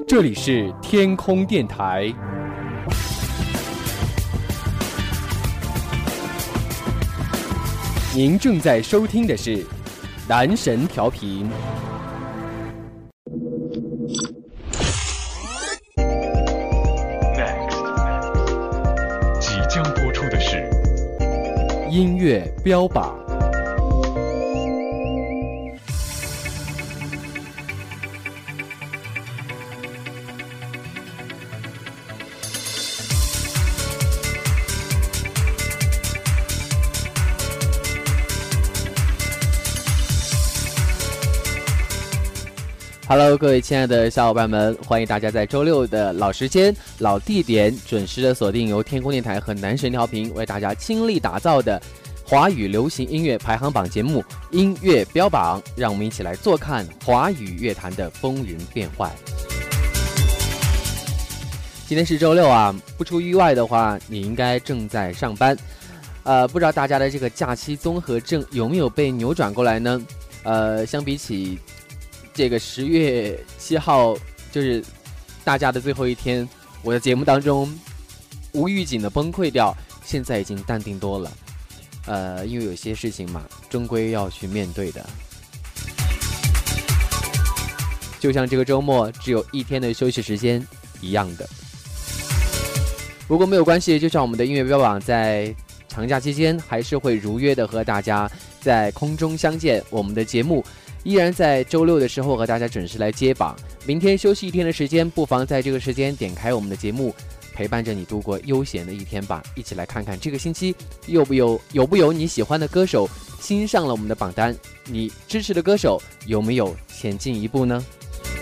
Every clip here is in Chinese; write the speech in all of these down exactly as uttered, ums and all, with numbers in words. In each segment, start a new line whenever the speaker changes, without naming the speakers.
这里是天空电台，您正在收听的是男神调频。
即将播出的是
音乐标榜。Hello， 各位亲爱的小伙伴们，欢迎大家在周六的老时间、老地点准时的锁定由天空电台和男神调频为大家倾力打造的华语流行音乐排行榜节目《音乐标榜》，让我们一起来坐看华语乐坛的风云变幻。今天是周六啊，不出意外的话，你应该正在上班。呃，不知道大家的这个假期综合症有没有被扭转过来呢？呃，相比起这个十月七号就是大家的最后一天，我的节目当中无预警的崩溃掉，现在已经淡定多了。呃，因为有些事情嘛，终归要去面对的。就像这个周末只有一天的休息时间一样的。不过没有关系，就像我们的音乐标榜在长假期间还是会如约的和大家在空中相见，我们的节目依然在周六的时候和大家准时来接榜。明天休息一天的时间，不妨在这个时间点开我们的节目，陪伴着你度过悠闲的一天吧。一起来看看这个星期有不有有不有你喜欢的歌手新上了我们的榜单，你支持的歌手有没有前进一步呢？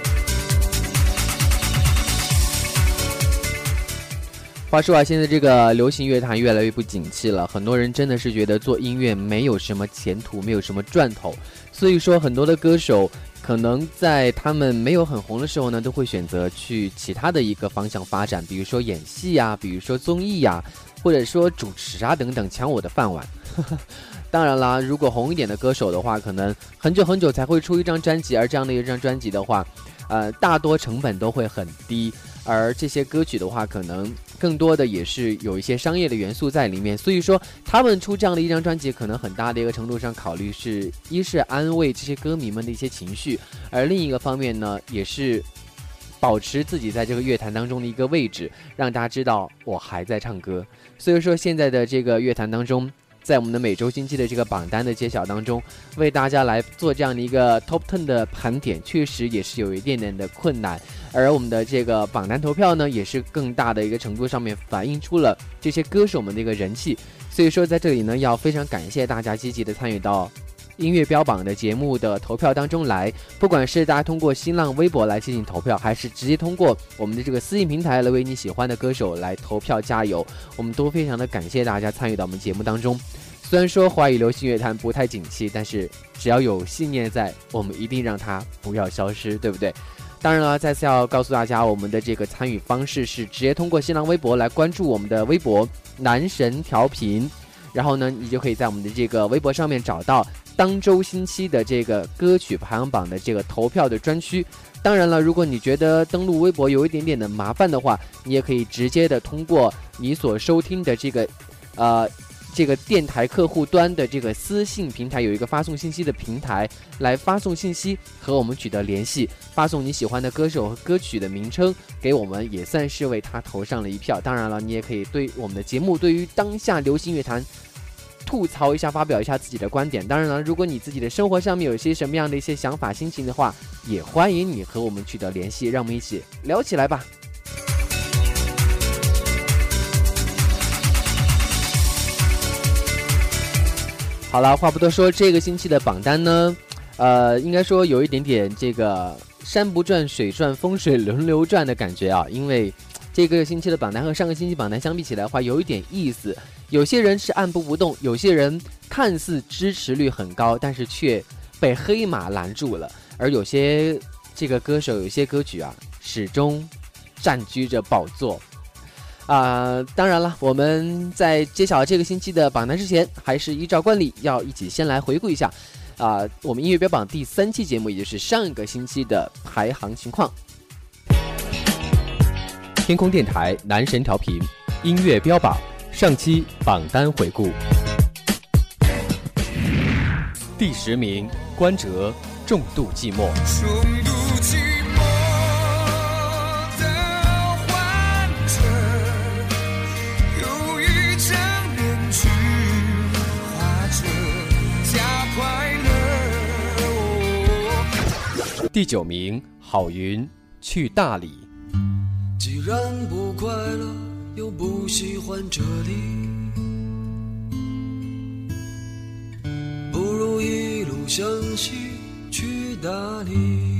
话说啊，现在这个流行乐坛越来越不景气了，很多人真的是觉得做音乐没有什么前途，没有什么赚头，所以说很多的歌手可能在他们没有很红的时候呢，都会选择去其他的一个方向发展，比如说演戏啊，比如说综艺啊，或者说主持啊等等，抢我的饭碗。当然啦，如果红一点的歌手的话，可能很久很久才会出一张专辑，而这样的一张专辑的话，呃，大多成本都会很低，而这些歌曲的话，可能更多的也是有一些商业的元素在里面，所以说他们出这样的一张专辑，可能很大的一个程度上考虑是一是安慰这些歌迷们的一些情绪，而另一个方面呢，也是保持自己在这个乐坛当中的一个位置，让大家知道我还在唱歌。所以说现在的这个乐坛当中，在我们的每周星期的这个榜单的揭晓当中，为大家来做这样的一个 top ten 的盘点，确实也是有一点点的困难。而我们的这个榜单投票呢，也是更大的一个程度上面反映出了这些歌手们的一个人气。所以说在这里呢，要非常感谢大家积极的参与到音乐标榜的节目的投票当中来，不管是大家通过新浪微博来进行投票，还是直接通过我们的这个私信平台来为你喜欢的歌手来投票加油，我们都非常的感谢大家参与到我们节目当中。虽然说华语流行乐坛不太景气，但是只要有信念在，我们一定让它不要消失，对不对？当然了，再次要告诉大家，我们的这个参与方式是直接通过新浪微博来关注我们的微博男神调频，然后呢，你就可以在我们的这个微博上面找到当周星期的这个歌曲排行榜的这个投票的专区。当然了，如果你觉得登录微博有一点点的麻烦的话，你也可以直接的通过你所收听的这个呃这个电台客户端的这个私信平台，有一个发送信息的平台来发送信息和我们取得联系，发送你喜欢的歌手和歌曲的名称给我们，也算是为他投上了一票。当然了，你也可以对我们的节目对于当下流行乐坛吐槽一下，发表一下自己的观点。当然了，如果你自己的生活上面有些什么样的一些想法心情的话，也欢迎你和我们取得联系，让我们一起聊起来吧。好了，话不多说，这个星期的榜单呢，呃，应该说有一点点这个山不转水转风水轮流转的感觉啊，因为这个星期的榜单和上个星期榜单相比起来的话，有一点意思。有些人是按部不动，有些人看似支持率很高，但是却被黑马拦住了，而有些这个歌手，有些歌曲啊，始终占据着宝座。啊、呃，当然了，我们在揭晓这个星期的榜单之前，还是依照惯例要一起先来回顾一下啊、呃，我们音乐标榜第三期节目，也就是上一个星期的排行情况。 天空电台男神调频音乐标榜上期榜单回顾。第十名，关喆，重度寂寞。
重度寂寞的患者，忧郁症面具画着假快乐。
第九名，郝云，去大理。
既然不快乐，又不喜欢这里，不如一路向西去大理。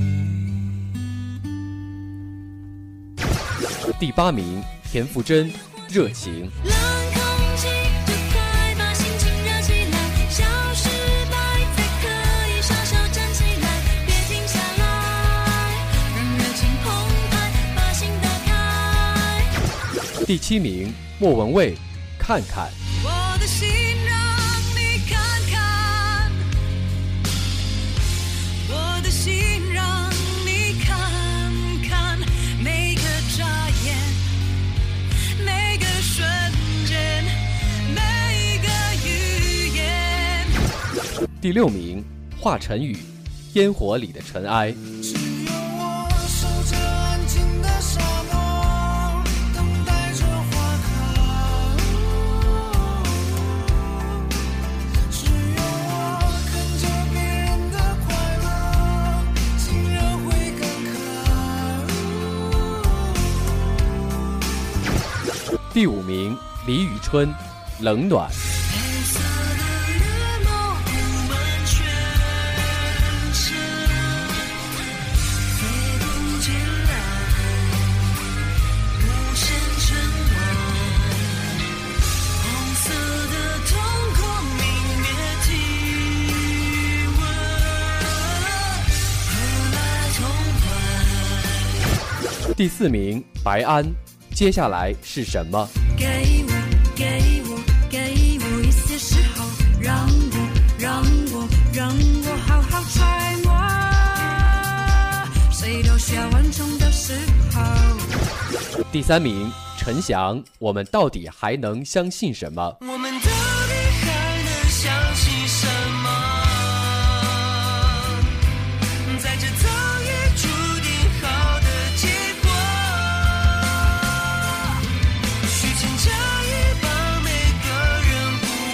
第八名，田馥甄，热情。
冷空气就快把心情热起来，小失败才可以稍稍站起来，别停下来，让热情澎湃，把心打开。
第七名，莫文蔚，看看。
我的心让你看看，我的心让你看看，每个眨眼，每个瞬间，每个语言。
第六名，华晨宇，烟火里的尘埃。
只有我守着安静的沙漠，等待着花开。只有我看着别人的快乐，竟然会感慨。
第五名，李宇春，冷暖。
黑色的热梦布满全城，飞不进来，无限沉默。红色的瞳孔泯灭体温，何来痛快？
第四名，白安，接下来是什么？
给我，给我，给我一些时候，让我，让我，让我好好揣摩。谁都需要完成的时候。
第三名，陈翔，我们到底还能相信什么？
我们到底还能相信什么？在这早已注定好的结果，虚情假意把每个人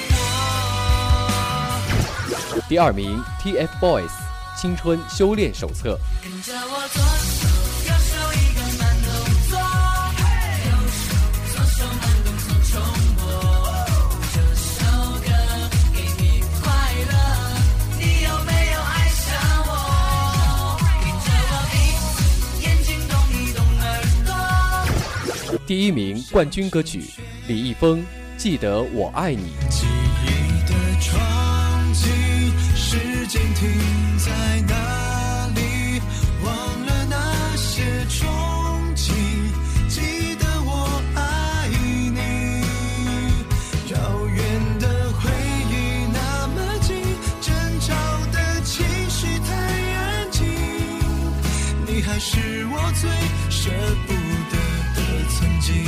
蛊惑。
第二名 T F BOYS， 青春修炼手册。
跟着我左手右手一个慢动作，右手左手慢动作重播。这首歌给你快乐，你有没有爱上我？跟着我闭眼睛动一动耳朵。
第一名冠军歌曲，李易峰，记得我爱你。
记忆的场景，时间停在哪里？忘了那些憧憬，记得我爱你。遥远的回忆那么近，争吵的情绪太安静，你还是我最舍不得的曾经。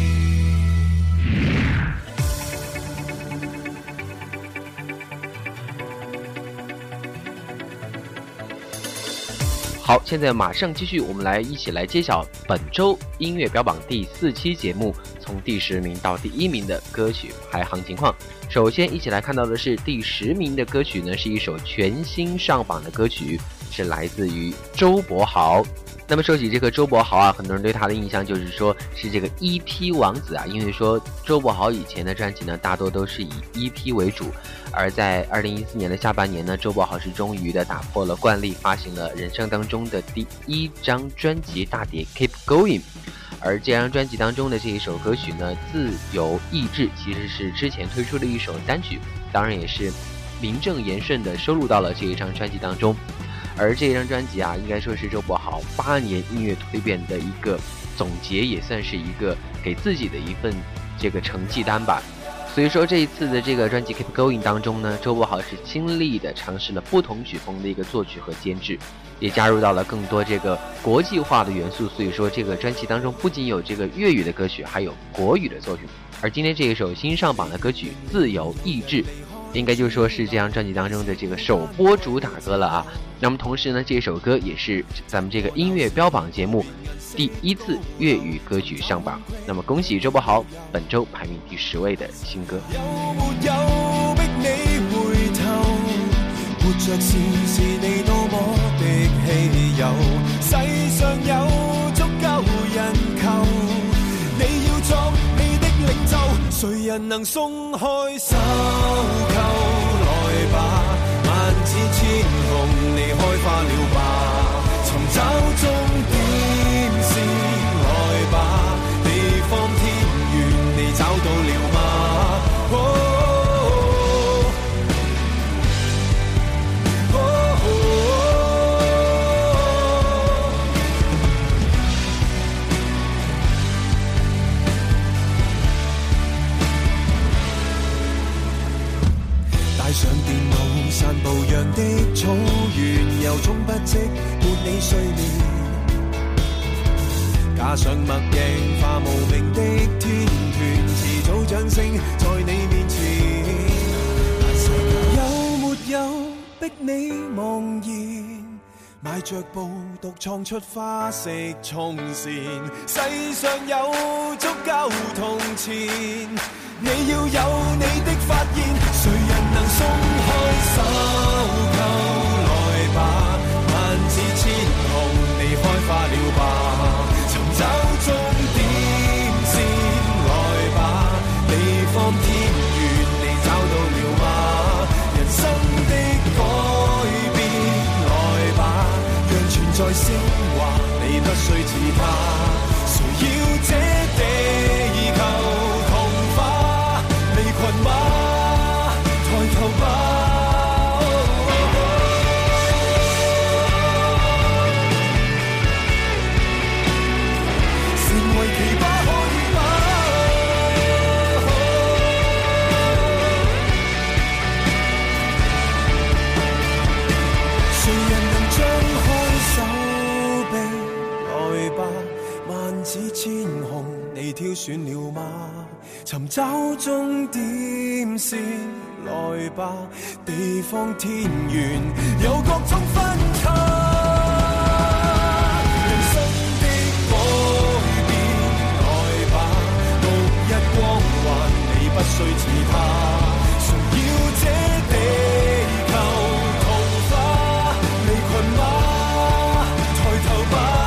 好，现在马上继续，我们来一起来揭晓本周音乐标榜第四期节目从第十名到第一名的歌曲排行情况。首先一起来看到的是第十名的歌曲呢，是一首全新上榜的歌曲，是来自于周柏豪。那么说起这个周柏豪啊，很多人对他的印象就是说是这个 E P 王子啊，因为说周柏豪以前的专辑呢大多都是以 E P 为主，而在二零一四年的下半年呢，周柏豪是终于的打破了惯例，发行了人生当中的第一张专辑大碟 Keep Going。而这张专辑当中的这一首歌曲呢，自由意志，其实是之前推出的一首单曲，当然也是名正言顺的收录到了这一张专辑当中。而这一张专辑啊，应该说是周柏豪八年音乐蜕变的一个总结，也算是一个给自己的一份这个成绩单吧。所以说这一次的这个专辑 Keep Going 当中呢，周柏豪是亲力的尝试了不同曲风的一个作曲和监制， 也加入到了更多这个国际化的元素，所以说这个专辑当中不仅有这个粤语的歌曲，还有国语的作品。而今天这一首新上榜的歌曲《自由意志》，应该就说是这张专辑当中的这个首播主打歌了啊。那么同时呢，这首歌也是咱们这个音乐标榜节目第一次粤语歌曲上榜。那么恭喜周柏豪本周排名第十位的新歌。
有沒有逼你回頭，活着是是你多麼的稀有，世上有足夠人求，你要作你的領袖，誰人能鬆開手扣？來吧，萬紫千紅，你開花了吧，尋找終點線，來吧，地方天遠，你找到了嗎？哦哦哦帶上電腦散步樣的草原，由衷不積沒你睡眠，加上默認化無名的天團，遲早掌聲在你面前。有沒有逼你茫然，邁着步獨創出花式衝線？世上有足夠銅錢，你要有你的發現，誰人能鬆開手扣？來吧，萬紫千紅，你開花了吧，尋找終點線，來吧，地方天遠，你找到了嗎？人生的改變，來吧，讓存在昇華，你不需似他，誰要這地球童話？離群馬，抬頭吧。千紅，你挑選了嗎？尋找終點線，來吧，地方天遠，有各種分岔。人生的改變，來吧，獨一光環，你不需似他。誰要這地球童話？離群馬，抬頭吧。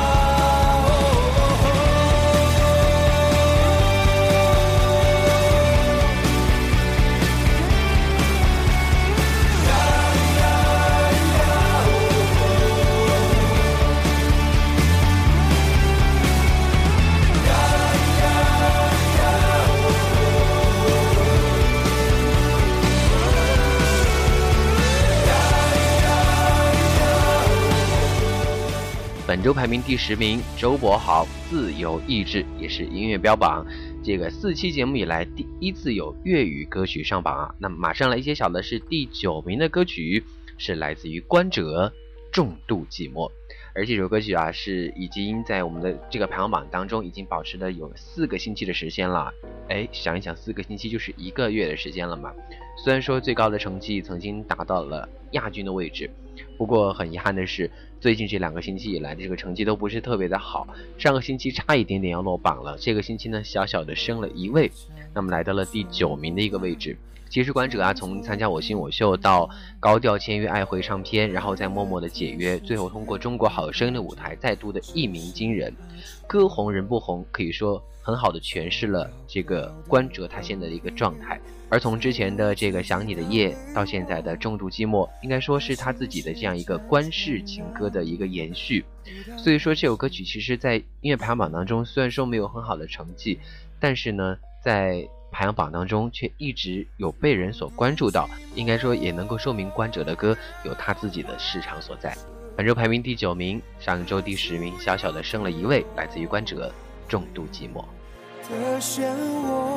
本周排名第十名，周柏豪《自由意志》也是音乐标榜这个四期节目以来第一次有粤语歌曲上榜啊。那么马上来揭晓的是第九名的歌曲，是来自于关喆《重度寂寞》。而这首歌曲啊，是已经在我们的这个排行榜当中已经保持了有四个星期的时间了。哎，想一想，四个星期就是一个月的时间了嘛。虽然说最高的成绩曾经达到了亚军的位置，不过很遗憾的是，最近这两个星期以来的这个成绩都不是特别的好。上个星期差一点点要落榜了，这个星期呢小小的升了一位，那么来到了第九名的一个位置。其实关喆啊，从参加我心我秀到高调签约爱回唱片，然后再默默的解约，最后通过中国好声音的舞台再度的一鸣惊人。歌红人不红，可以说很好的诠释了这个关喆他现在的一个状态。而从之前的这个想你的夜到现在的重度寂寞，应该说是他自己的这样一个关氏情歌的一个延续。所以说这首歌曲其实在音乐排行榜当中虽然说没有很好的成绩，但是呢在排行榜当中却一直有被人所关注到，应该说也能够说明关喆的歌有他自己的市场所在。本周排名第九名，上周第十名小小的升了一位，来自于关喆《重度寂寞》。
的漩涡，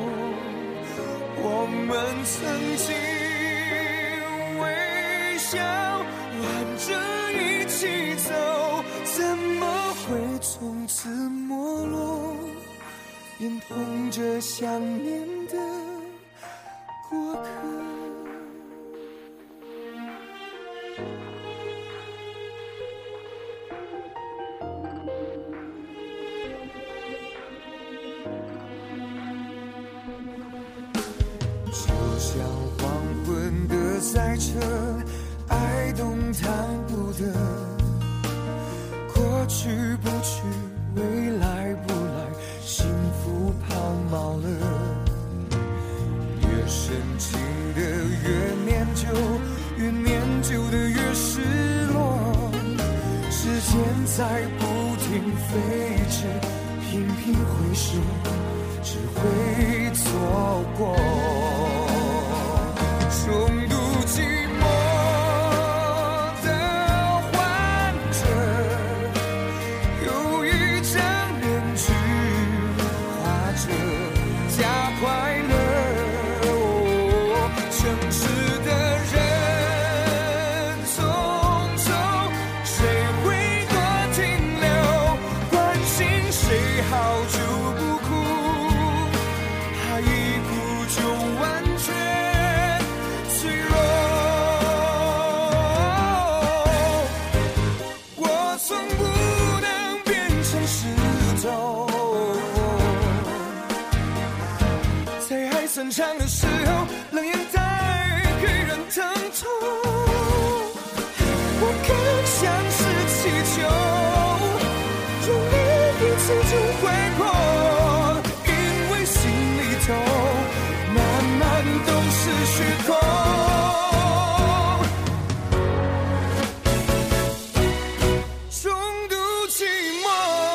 我们曾经微笑，挽着一起会从此没落，眼痛着想念的过客。就像黄昏的赛车，爱动弹不得，过去不去，未来不来，幸福抛锚了。越深情的越念旧，越念旧的越失落，时间在不停飞驰，频频回首，只会错过。重度寂寞的患者，有一张面具画着假快乐。城市的人匆匆，谁会多停留？关心谁好久不哭，怕一哭就完全脆弱。我从不能变成石头，在爱散场的时候，冷眼带给人疼痛。我更像是气球，用力一次就会破，因为心里头慢慢都是虚空。重度寂寞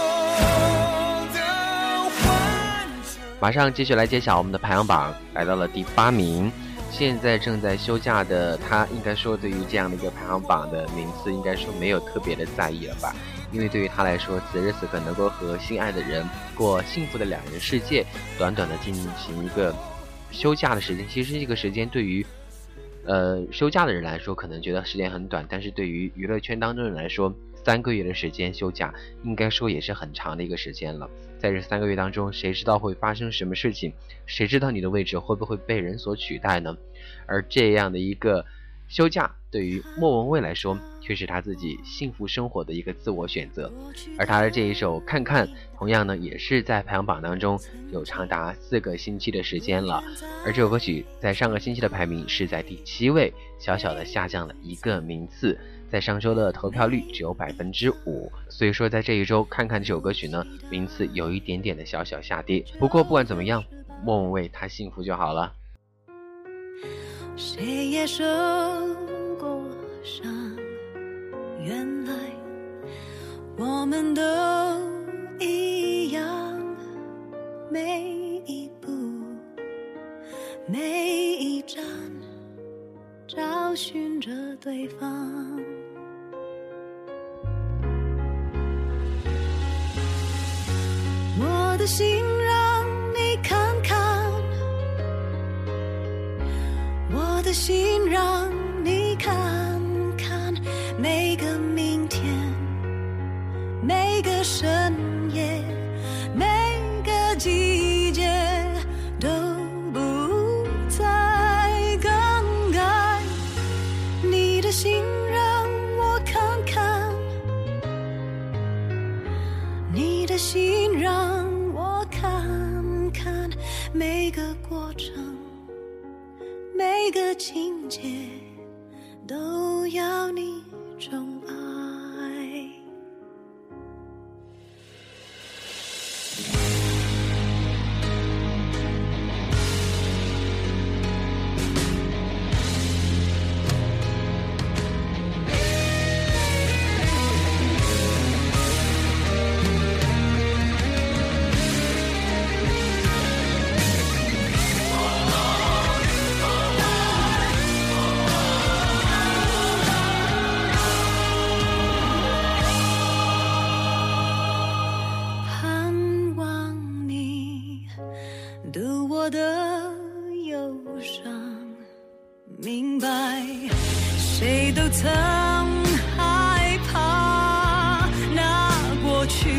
的患者。
马上继续来揭晓我们的排行榜，来到了第八名。现在正在休假的他，应该说对于这样的一个排行榜的名次，应该说没有特别的在意了吧？因为对于他来说，此时此刻能够和心爱的人过幸福的两人世界，短短的进行一个休假的时间，其实这个时间对于呃休假的人来说，可能觉得时间很短，但是对于娱乐圈当中人来说，三个月的时间休假，应该说也是很长的一个时间了。在这三个月当中，谁知道会发生什么事情？谁知道你的位置会不会被人所取代呢？而这样的一个休假，对于莫文蔚来说，却是他自己幸福生活的一个自我选择。而他的这一首《看看》，同样呢，也是在排行榜当中有长达四个星期的时间了。而这首歌曲在上个星期的排名是在第七位，小小的下降了一个名次。在上周的投票率只有百分之五，所以说在这一周看看这首歌曲呢，名次有一点点的小小下跌。不过不管怎么样，莫文蔚她幸福就好了。
谁也受过伤，原来我们都一样，每一步每一站找寻着对方。我的心让你看看，我的心让你看看，每个明天，每个深夜，每个季节都不再更改。你的心让我看看，你的心让我看看，每个过程，每个情节都要你宠爱。我的忧伤，明白谁都曾害怕那过去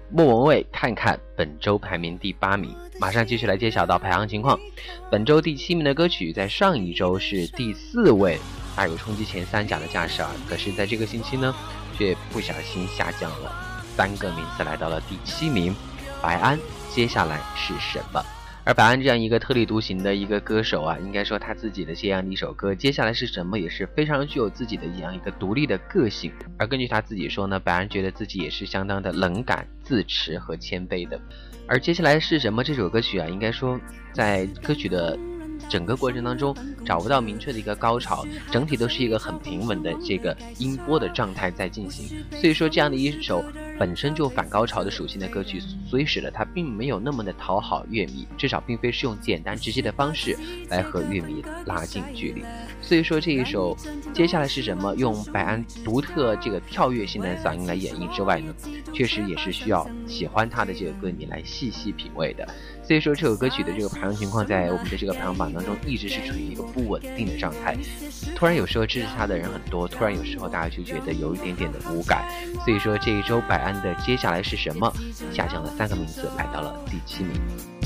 莫文蔚看看本周排名第八名。马上继续来揭晓到排行情况。本周第七名的歌曲在上一周是第四位，大有冲击前三甲的架势啊，可是在这个星期呢却不小心下降了三个名次，来到了第七名。白安接下来是什么？而白安这样一个特立独行的一个歌手啊，应该说他自己的这样的一首歌接下来是什么也是非常具有自己的这样一个独立的个性。而根据他自己说呢，白安觉得自己也是相当的冷感、自持和谦卑的。而接下来是什么这首歌曲啊，应该说在歌曲的整个过程当中找不到明确的一个高潮，整体都是一个很平稳的这个音波的状态在进行。所以说这样的一首本身就反高潮的属性的歌曲，所以使得它并没有那么的讨好乐迷，至少并非是用简单直接的方式来和乐迷拉近距离。所以说这一首接下来是什么用白安独特这个跳跃性的嗓音来演绎之外呢，确实也是需要喜欢他的这个歌迷来细细品味的。所以说这首歌曲的这个排行情况在我们的这个排行榜当中一直是处于一个不稳定的状态，突然有时候支持他的人很多，突然有时候大家就觉得有一点点的无感。所以说这一周白安的接下来是什么下降了三个名次，来到了第七名。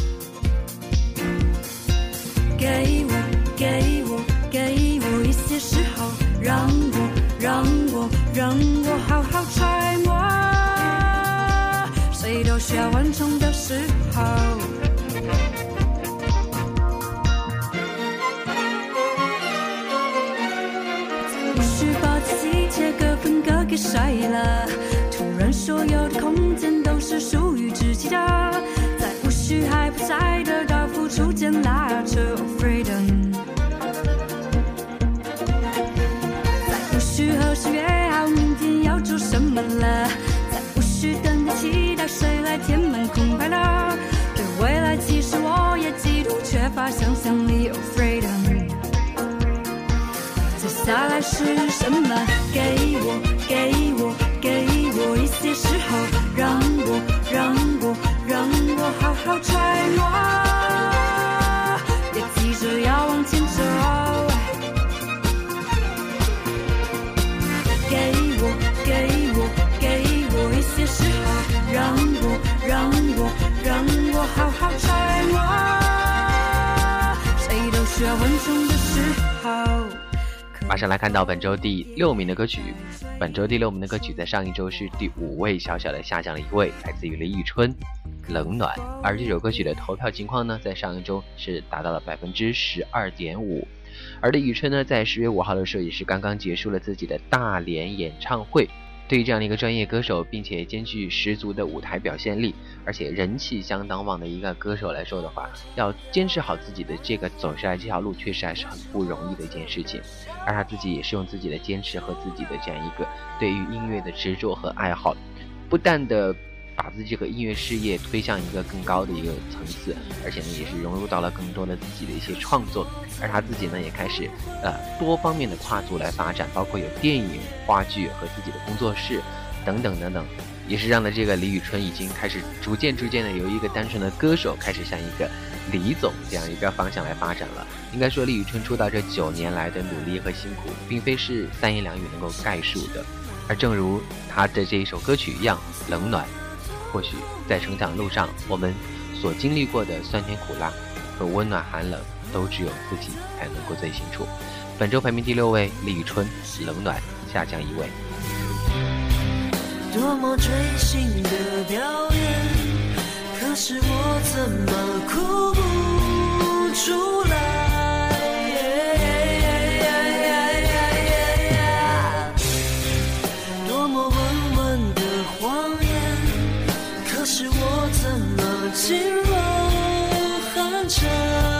给我给我给我一些时候，让我让我让我好好揣摩，谁都需要完成的时候。不是把自己切割分割给谁了，突然所有的空间都是属于自己的，在无需还不在得到付出间拉扯 freedom， 在无需何时约好明天要做什么了，在无需等待期待谁来填满空白了，对未来其实我也极度缺乏想象力 of freedom。接下来是什么？给我给我给我一些时候，让我让我让我好好揣摩，别急着要往前走。给我给我给我一些时候，让我让我让我好好揣摩，谁都需要稳重的时候。
马上来看到本周第六名的歌曲。本周第六名的歌曲在上一周是第五位，小小的下降了一位，来自于李宇春冷暖。而这首歌曲的投票情况呢，在上一周是达到了百分之十二点五。而李宇春呢，在十月五号的时候也是刚刚结束了自己的大连演唱会。对于这样的一个专业歌手，并且兼具十足的舞台表现力，而且人气相当旺的一个歌手来说的话，要坚持好自己的这个走下来这条路，确实还是很不容易的一件事情。而他自己也是用自己的坚持和自己的这样一个对于音乐的执着和爱好，不但的把自己这个音乐事业推向一个更高的一个层次，而且呢也是融入到了更多的自己的一些创作。而他自己呢也开始呃多方面的跨足来发展，包括有电影、话剧和自己的工作室等等等等，也是让了这个李宇春已经开始逐渐逐渐的由一个单纯的歌手开始向一个李总这样一个方向来发展了。应该说李宇春出道这九年来的努力和辛苦，并非是三言两语能够概述的。而正如他的这一首歌曲一样，冷暖，或许在成长路上我们所经历过的酸甜苦辣和温暖寒冷，都只有自己才能够最清楚。本周排名第六位，李宇春冷暖下降一位。
多么追星的表演，可是我怎么哭不出来，多么温温的谎言，可是我怎么噤若寒蝉。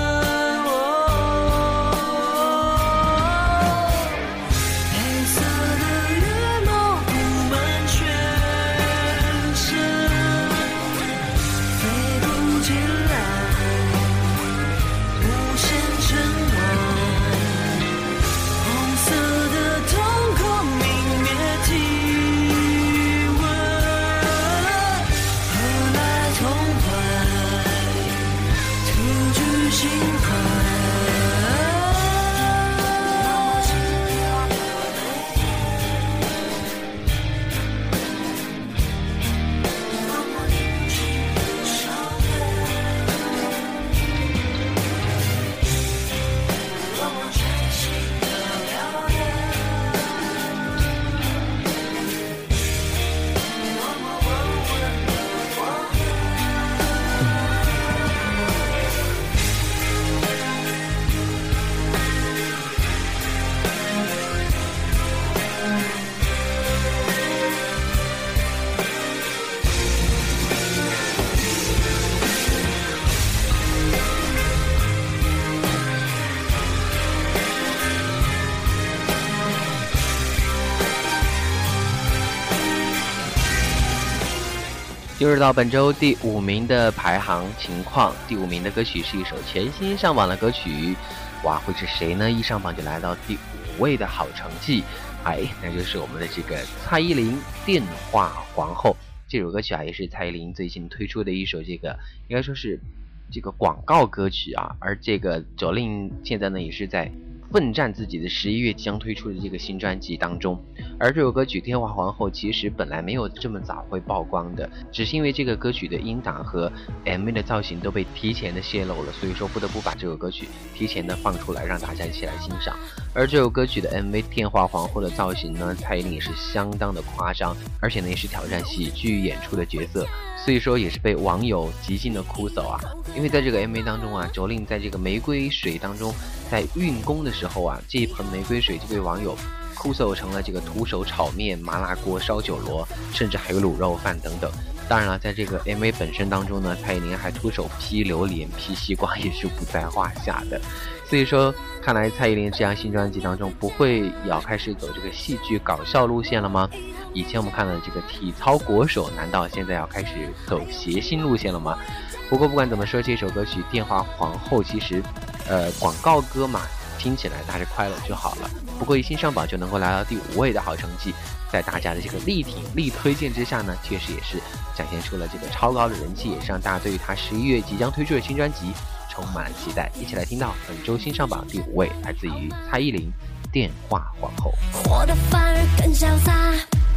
进入到本周第五名的排行情况，第五名的歌曲是一首全新上榜的歌曲，哇，会是谁呢？一上榜就来到第五位的好成绩，哎，那就是我们的这个蔡依林《电话皇后》。这首歌曲啊，也是蔡依林最近推出的一首这个应该说是这个广告歌曲啊，而这个Jolin现在呢也是在奋战自己的十一月即将推出的这个新专辑当中。而这首歌曲《电话皇后》其实本来没有这么早会曝光的，只是因为这个歌曲的音档和 M V 的造型都被提前的泄露了，所以说不得不把这首歌曲提前的放出来，让大家一起来欣赏。而这首歌曲的 M V《电话皇后》的造型呢，蔡依林也是相当的夸张，而且呢也是挑战喜剧演出的角色，所以说也是被网友极尽的哭诉啊。因为在这个 M V 当中啊，Jolin在这个玫瑰水当中在运功的时候啊，这一盆玫瑰水就被网友哭诉成了这个徒手炒面、麻辣锅、烧酒螺，甚至还有卤肉饭等等。当然了，在这个 M V 本身当中呢，蔡依林还徒手劈榴莲、劈西瓜也是不在话下的。所以说，看来蔡依林这张新专辑当中不会要开始走这个戏剧搞笑路线了吗？以前我们看了这个体操国手，难道现在要开始走谐星路线了吗？不过不管怎么说，这首歌曲《电话皇后》其实，呃，广告歌嘛，听起来大家快乐就好了。不过一新上榜就能够来到第五位的好成绩，在大家的这个力挺力推荐之下呢，确实也是展现出了这个超高的人气，也是让大家对于他十一月即将推出的新专辑充满了期待。一起来听到本周新上榜第五位，来自于蔡依林《电话皇后》。
活得反而更潇洒，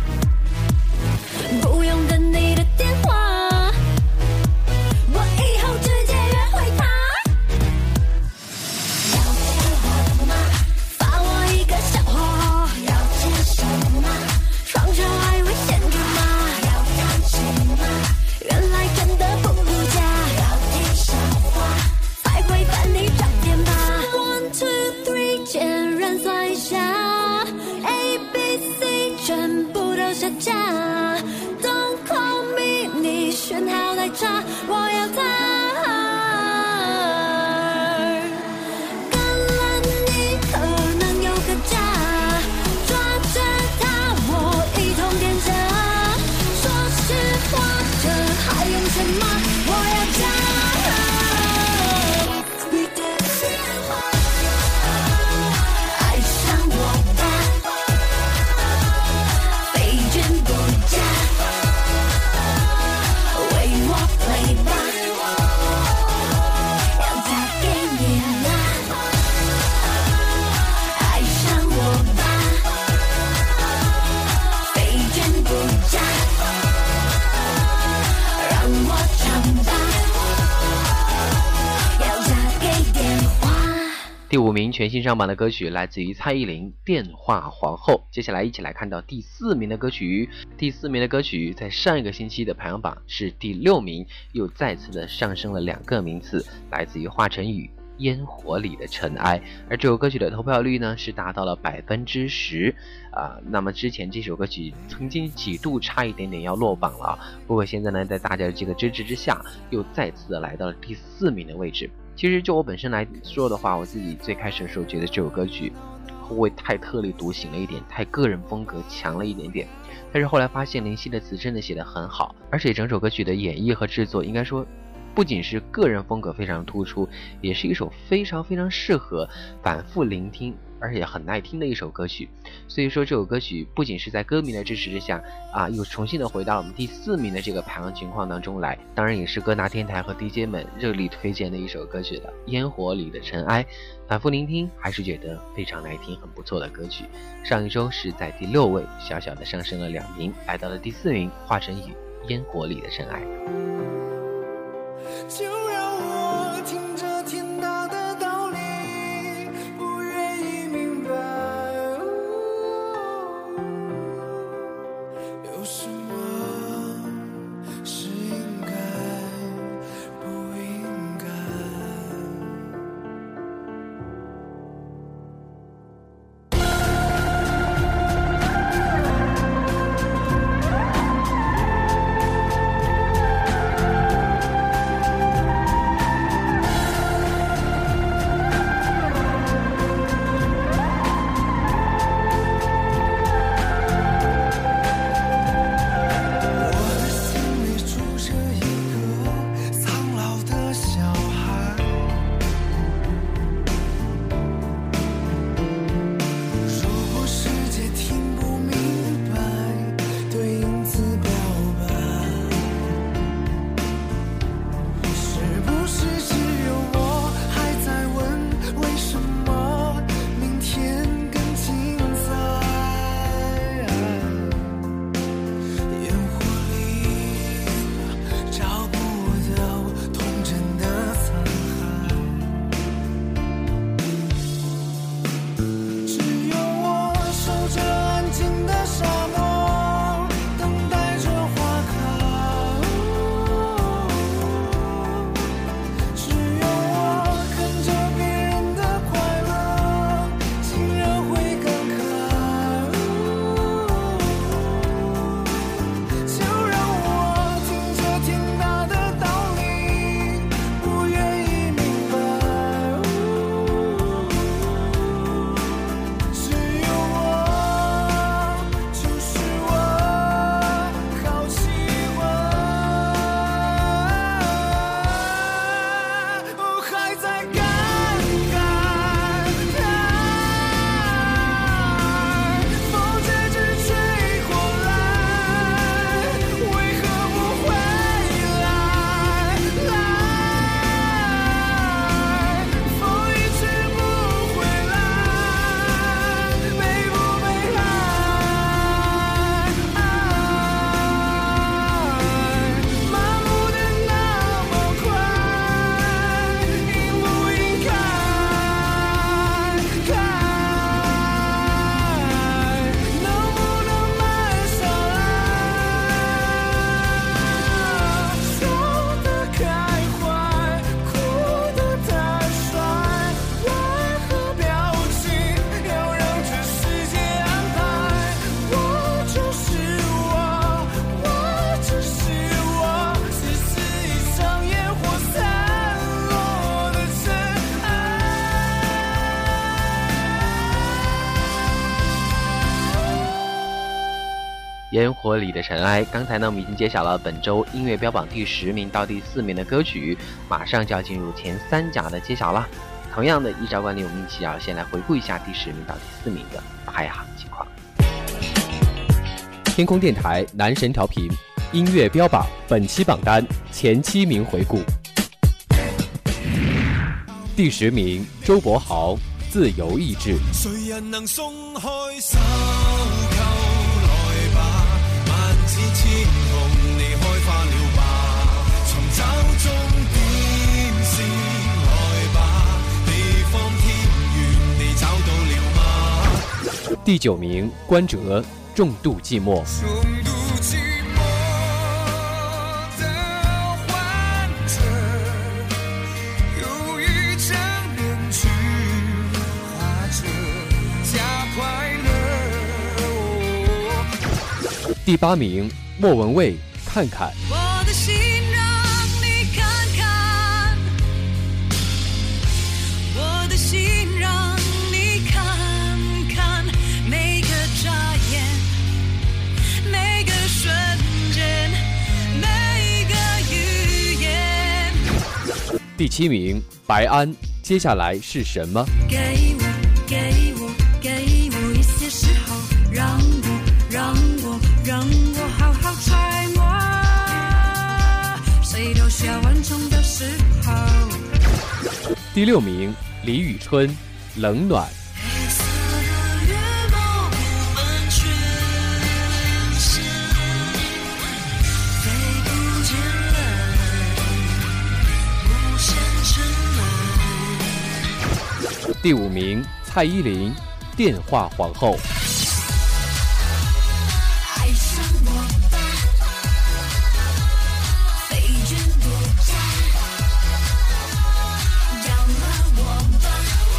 不用等你的电话，我以后直接约会他。了解我吗？发我一个小话，了解什么？双手还会限制吗？要感情吗？原来真的不如假，了解笑话才会翻你照片吧。One two three， 简单算一下 ，A B C 全部都下架。Don't call me， 你选好再查，我要他。橄榄你可能有个家，抓着他我一通电价。说实话，这还用钱吗？我要家。爱上我吧，非君不嫁，为我 play 吧，要嫁给你啦。爱上我吧，非君不嫁，让我唱吧，要嫁给电话。
第五名全新上榜的歌曲来自于蔡依林《电话皇后》。接下来一起来看到第四名的歌曲，第四名的歌曲在上一个星期的排行榜是第六名，又再次的上升了两个名次，来自于华晨宇《烟火里的尘埃》。而这首歌曲的投票率呢是达到了百分之十啊。那么之前这首歌曲曾经几度差一点点要落榜了，不过现在呢，在大家的这个支持之下，又再次的来到了第四名的位置。其实就我本身来说的话，我自己最开始的时候觉得这首歌曲会不会太特立独行了一点，太个人风格强了一点点，但是后来发现林夕的词真的写得很好，而且整首歌曲的演绎和制作应该说不仅是个人风格非常突出，也是一首非常非常适合反复聆听而且很耐听的一首歌曲。所以说这首歌曲不仅是在歌迷的支持之下啊，又重新的回到了我们第四名的这个排行情况当中来，当然也是各大天台和 D J 们热力推荐的一首歌曲了，《烟火里的尘埃》。反复聆听还是觉得非常耐听，很不错的歌曲。上一周是在第六位，小小的上升了两名，来到了第四名，华晨宇《烟火里的尘埃》。
就让我听着天大的道理，不愿意明白，有什么是应该不应该。
烟火里的尘埃。刚才呢，我们已经揭晓了本周音乐标榜第十名到第四名的歌曲，马上就要进入前三甲的揭晓了。同样的，依照惯例，我们一起要先来回顾一下第十名到第四名的排行情况。天空电台男神调频音乐标榜本期榜单前七名回顾。第十名，周柏豪，自由意志。
谁人能鬆開手，扣來吧，萬紫千紅你開花了吧，尋找終點線來吧，地方天遠你找到了嗎？
第九名，關喆，重度寂寞。
重度寂寞的患者，憂鬱症面具畫着假快樂。
第八名，莫文蔚，看看。
我的心让你看看，我的心让你看看，每个眨眼，每个瞬间，每个语言。
第七名，白安，接下来是什么？
给我，给我，给我一些时候，让我，让我，让我好好揣摩，谁都需要完成的时候。
第六名，李宇春，冷暖。
黑色的月光布满全身，飞不见了无限沉沦。
第五名，蔡依林，电话皇后。
爱上我吧，飞卷不沾，让了我吧，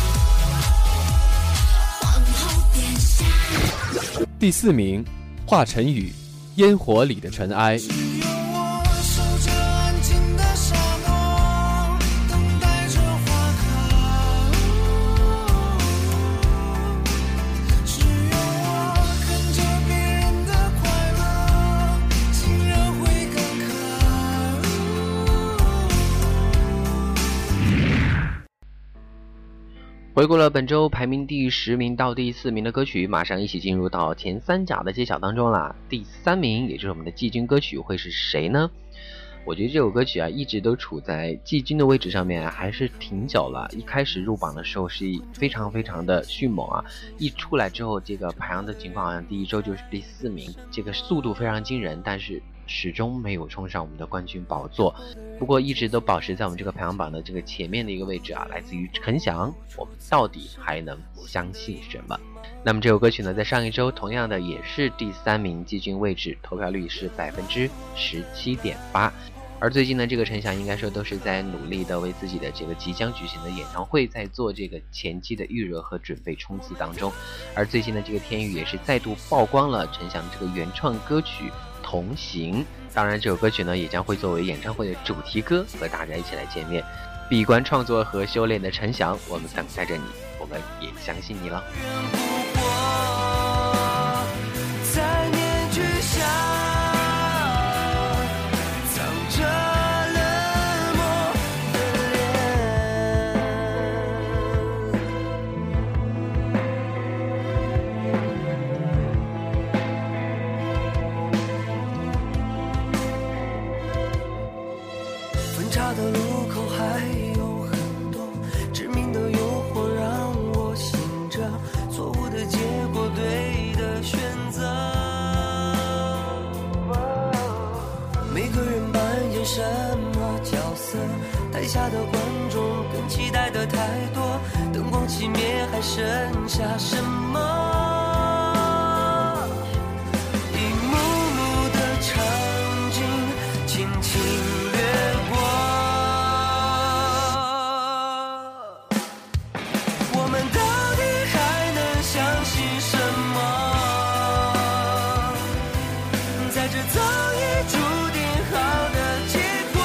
皇后殿下。
第四名，华晨宇，烟火里的尘埃。
只有我守着安静的沙漠，等待着花开。只有我看着别人的快乐，竟然会感慨。
回顾了本周排名第十名到第四名的歌曲，马上一起进入到前三甲的揭晓当中啦。第三名，也就是我们的季军歌曲会是谁呢？我觉得这首歌曲啊，一直都处在季军的位置上面，还是挺久了。一开始入榜的时候是非常非常的迅猛啊，一出来之后，这个排行的情况好像第一周就是第四名，这个速度非常惊人，但是始终没有冲上我们的冠军宝座。不过一直都保持在我们这个排行榜的这个前面的一个位置啊，来自于陈翔，我们到底还能相信什么？那么这首歌曲呢，在上一周同样的也是第三名季军位置，投票率是百分之十七点八。而最近呢，这个陈翔应该说都是在努力的为自己的这个即将举行的演唱会在做这个前期的预热和准备冲刺当中。而最近的这个天宇也是再度曝光了陈翔这个原创歌曲《同行》，当然这首歌曲呢也将会作为演唱会的主题歌和大家一起来见面。闭关创作和修炼的陈翔，我们等待着你，我们也相信你了。
在面具下藏着冷漠的脸。分岔的路口还有很多致命的诱惑，让我醒着错误的结果，对的选择。每个人扮演什么角色？台下的观众更期待的太多，灯光熄灭，还剩下什么？一幕幕的场景，轻轻掠过。我们到底还能相信什么？在这早已注定好的结果，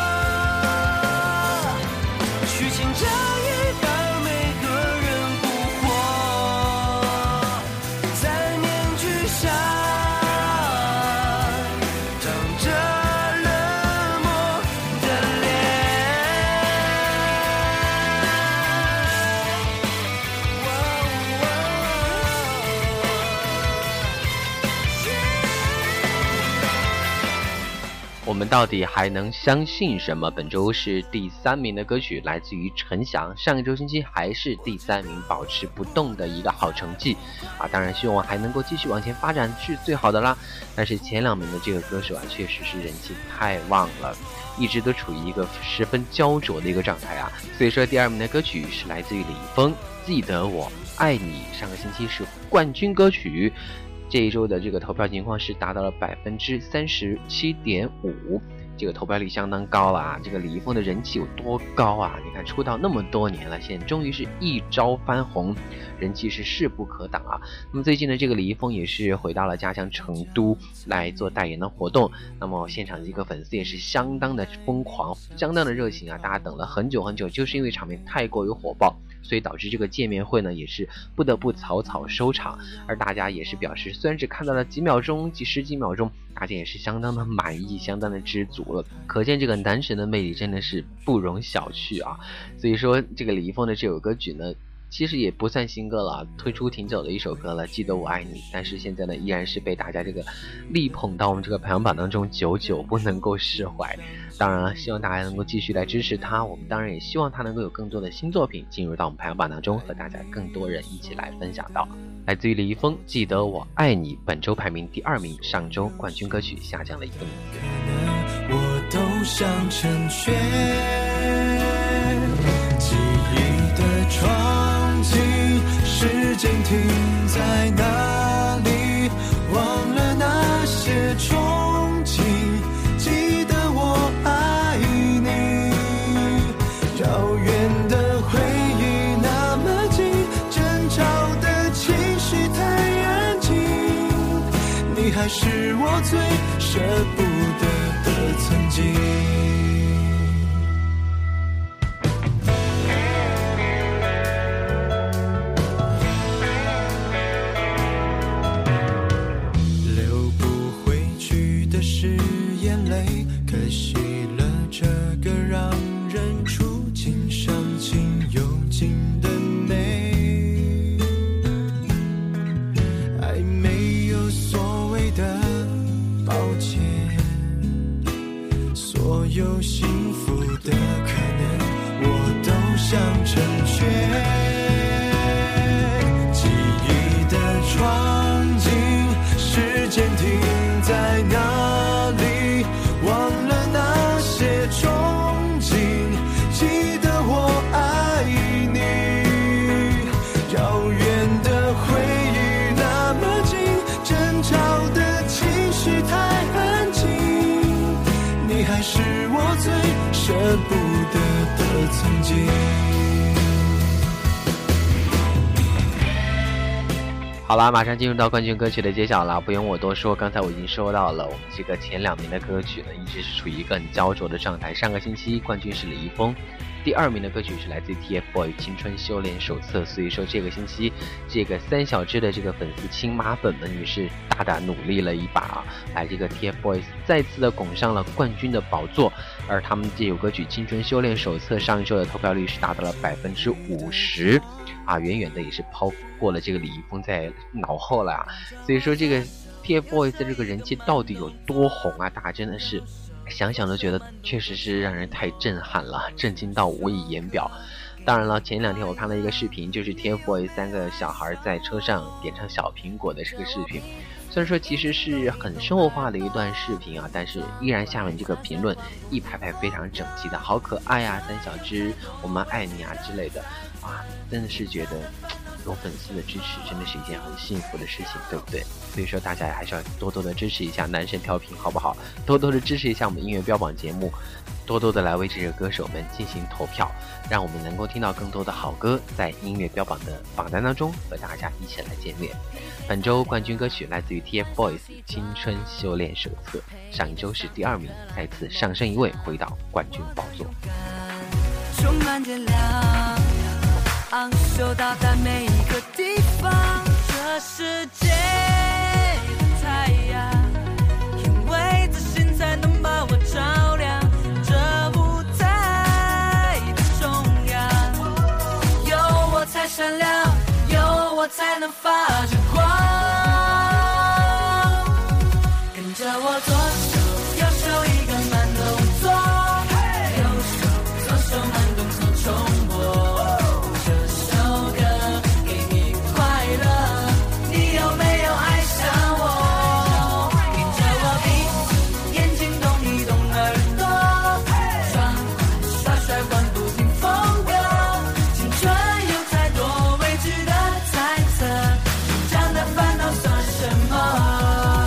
虚情假意让每个人蛊惑，在面具下
我们到底还能相信什么？本周是第三名的歌曲，来自于陈翔。上一周星期还是第三名，保持不动的一个好成绩啊！当然，希望还能够继续往前发展是最好的啦。但是前两名的这个歌手啊，确实是人气太旺了，一直都处于一个十分焦灼的一个状态啊。所以说，第二名的歌曲是来自于李易峰，《记得我爱你》。上个星期是冠军歌曲。这一周的这个投票情况是达到了百分之三十七点五，这个投票率相当高了啊！这个李易峰的人气有多高啊？你看出道那么多年了，现在终于是一朝翻红，人气是势不可挡啊！那么最近的这个李易峰也是回到了家乡成都来做代言的活动，那么现场的一个粉丝也是相当的疯狂，相当的热情啊！大家等了很久很久，就是因为场面太过于火爆。所以导致这个见面会呢也是不得不草草收场，而大家也是表示，虽然只看到了几秒钟几十几秒钟，大家也是相当的满意，相当的知足了，可见这个男神的魅力真的是不容小觑啊！所以说这个李易峰的这首歌曲呢其实也不算新歌了，推出挺久的一首歌了，记得我爱你，但是现在呢依然是被大家这个力捧到我们这个排行榜当中，久久不能够释怀。当然了，希望大家能够继续来支持他，我们当然也希望他能够有更多的新作品进入到我们排行榜当中，和大家更多人一起来分享到。来自于李易峰，记得我爱你，本周排名第二名，上周冠军歌曲下降了一个名字。
我都想成全，记忆的场景，时间停在哪里？忘了那些憧憬，记得我爱你。遥远的回忆那么近，争吵的情绪太安静，你还是我最舍不得的曾经。有幸福的可能，我都想成全。记忆的场景，时间停在哪里？忘了那些憧憬，记得我爱你。遥远的回忆那么近，争吵的情绪太安静，你还是我最舍不得的曾经。
好啦，马上进入到冠军歌曲的揭晓了，不用我多说，刚才我已经说到了，我们这个前两名的歌曲呢，一直是处于一个很焦灼的状态。上个星期冠军是李易峰，第二名的歌曲是来自于 T F BOYS 青春修炼手册，所以说这个星期这个三小只的这个粉丝亲妈粉们也是大大努力了一把啊，来这个 T F BOYS 再次的拱上了冠军的宝座，而他们这首歌曲青春修炼手册上一周的投票率是达到了百分之五十啊，远远的也是抛过了这个李易峰在脑后了啊，所以说这个 T F BOYS 的这个人气到底有多红啊，大家真的是想想都觉得确实是让人太震撼了，震惊到无以言表。当然了，前两天我看了一个视频，就是 T F BOYS 三个小孩在车上点唱小苹果的这个视频，虽然说其实是很生活化的一段视频啊，但是依然下面这个评论一排排非常整齐的，好可爱啊，三小只我们爱你啊之类的啊，真的是觉得有粉丝的支持真的是一件很幸福的事情，对不对？所以说大家还是要多多的支持一下男神调频好不好，多多的支持一下我们音乐标榜节目，多多的来为这些歌手们进行投票，让我们能够听到更多的好歌在音乐标榜的榜单当中和大家一起来见面。本周冠军歌曲来自于 T F BOYS 青春修炼手册，上一周是第二名，再次上升一位回到冠军宝座。
充满电量，昂首到达每一个地方，这世界的太阳，因为自信才能把我照亮，这舞台的中央，有我才闪亮，有我才能发着光，跟着我左手右手一个慢动作，右手左手慢动作重播。这首歌给你快乐，你有没有爱上我？跟着我闭眼睛动一动耳朵，爽快耍帅换不停风格，青春有太多未知的猜测，这样的烦恼算什么？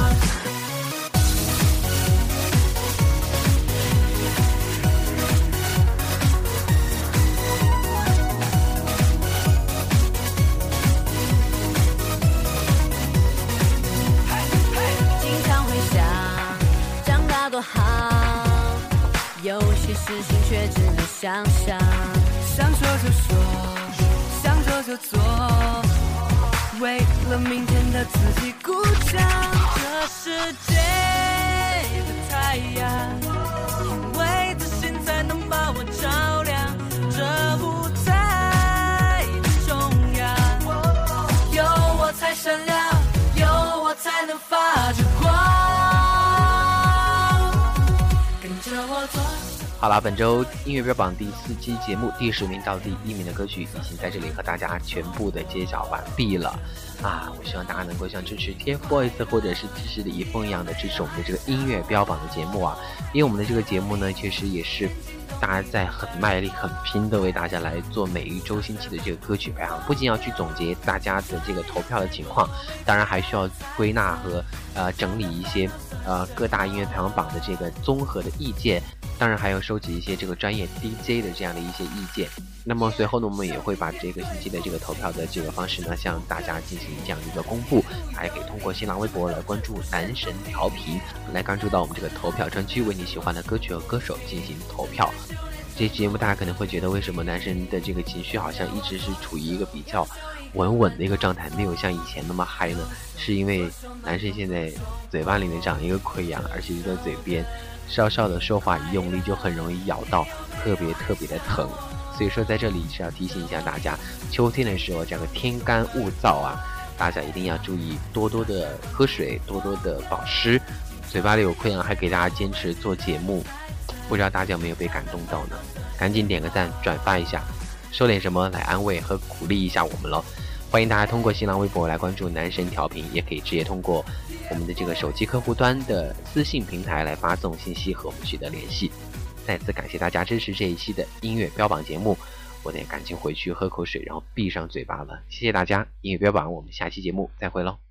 经常会想，长大多好，有些事情却只能想象。想说就说，想做就做，为了明天的自己鼓掌。这世界的太阳，因为自信才能把我照亮。这舞台的中央，有我才闪亮，有我才能发着光。跟着我做。
好了，本周音乐标榜第四期节目第十名到第一名的歌曲已经在这里和大家全部的揭晓完毕了啊！我希望大家能够像支持 T F BOYS 或者是支持李易峰一样的支持我们的这个音乐标榜的节目啊，因为我们的这个节目呢，确实也是大家在很卖力、很拼的为大家来做每一周星期的这个歌曲排行，不仅要去总结大家的这个投票的情况，当然还需要归纳和呃整理一些呃各大音乐排行榜的这个综合的意见。当然还要收集一些这个专业 D J 的这样的一些意见。那么随后呢，我们也会把这个星期的这个投票的这个方式呢，向大家进行这样的一个公布。大家可以通过新浪微博来关注男神调频，来关注到我们这个投票专区，为你喜欢的歌曲和歌手进行投票。这期节目大家可能会觉得，为什么男神的这个情绪好像一直是处于一个比较稳稳的一个状态，没有像以前那么嗨呢？是因为男神现在嘴巴里面长了一个溃疡，而且就在嘴边。稍稍的说话一用力就很容易咬到，特别特别的疼。所以说在这里是要提醒一下大家，秋天的时候这个天干物燥啊，大家一定要注意多多的喝水，多多的保湿。嘴巴里有溃疡还给大家坚持做节目，不知道大家有没有被感动到呢？赶紧点个赞，转发一下，说点什么来安慰和鼓励一下我们咯。欢迎大家通过新浪微博来关注男神调频，也可以直接通过我们的这个手机客户端的私信平台来发送信息和我们取得联系。再次感谢大家支持这一期的音乐标榜节目，我得赶紧回去喝口水，然后闭上嘴巴了。谢谢大家，音乐标榜，我们下期节目再会喽。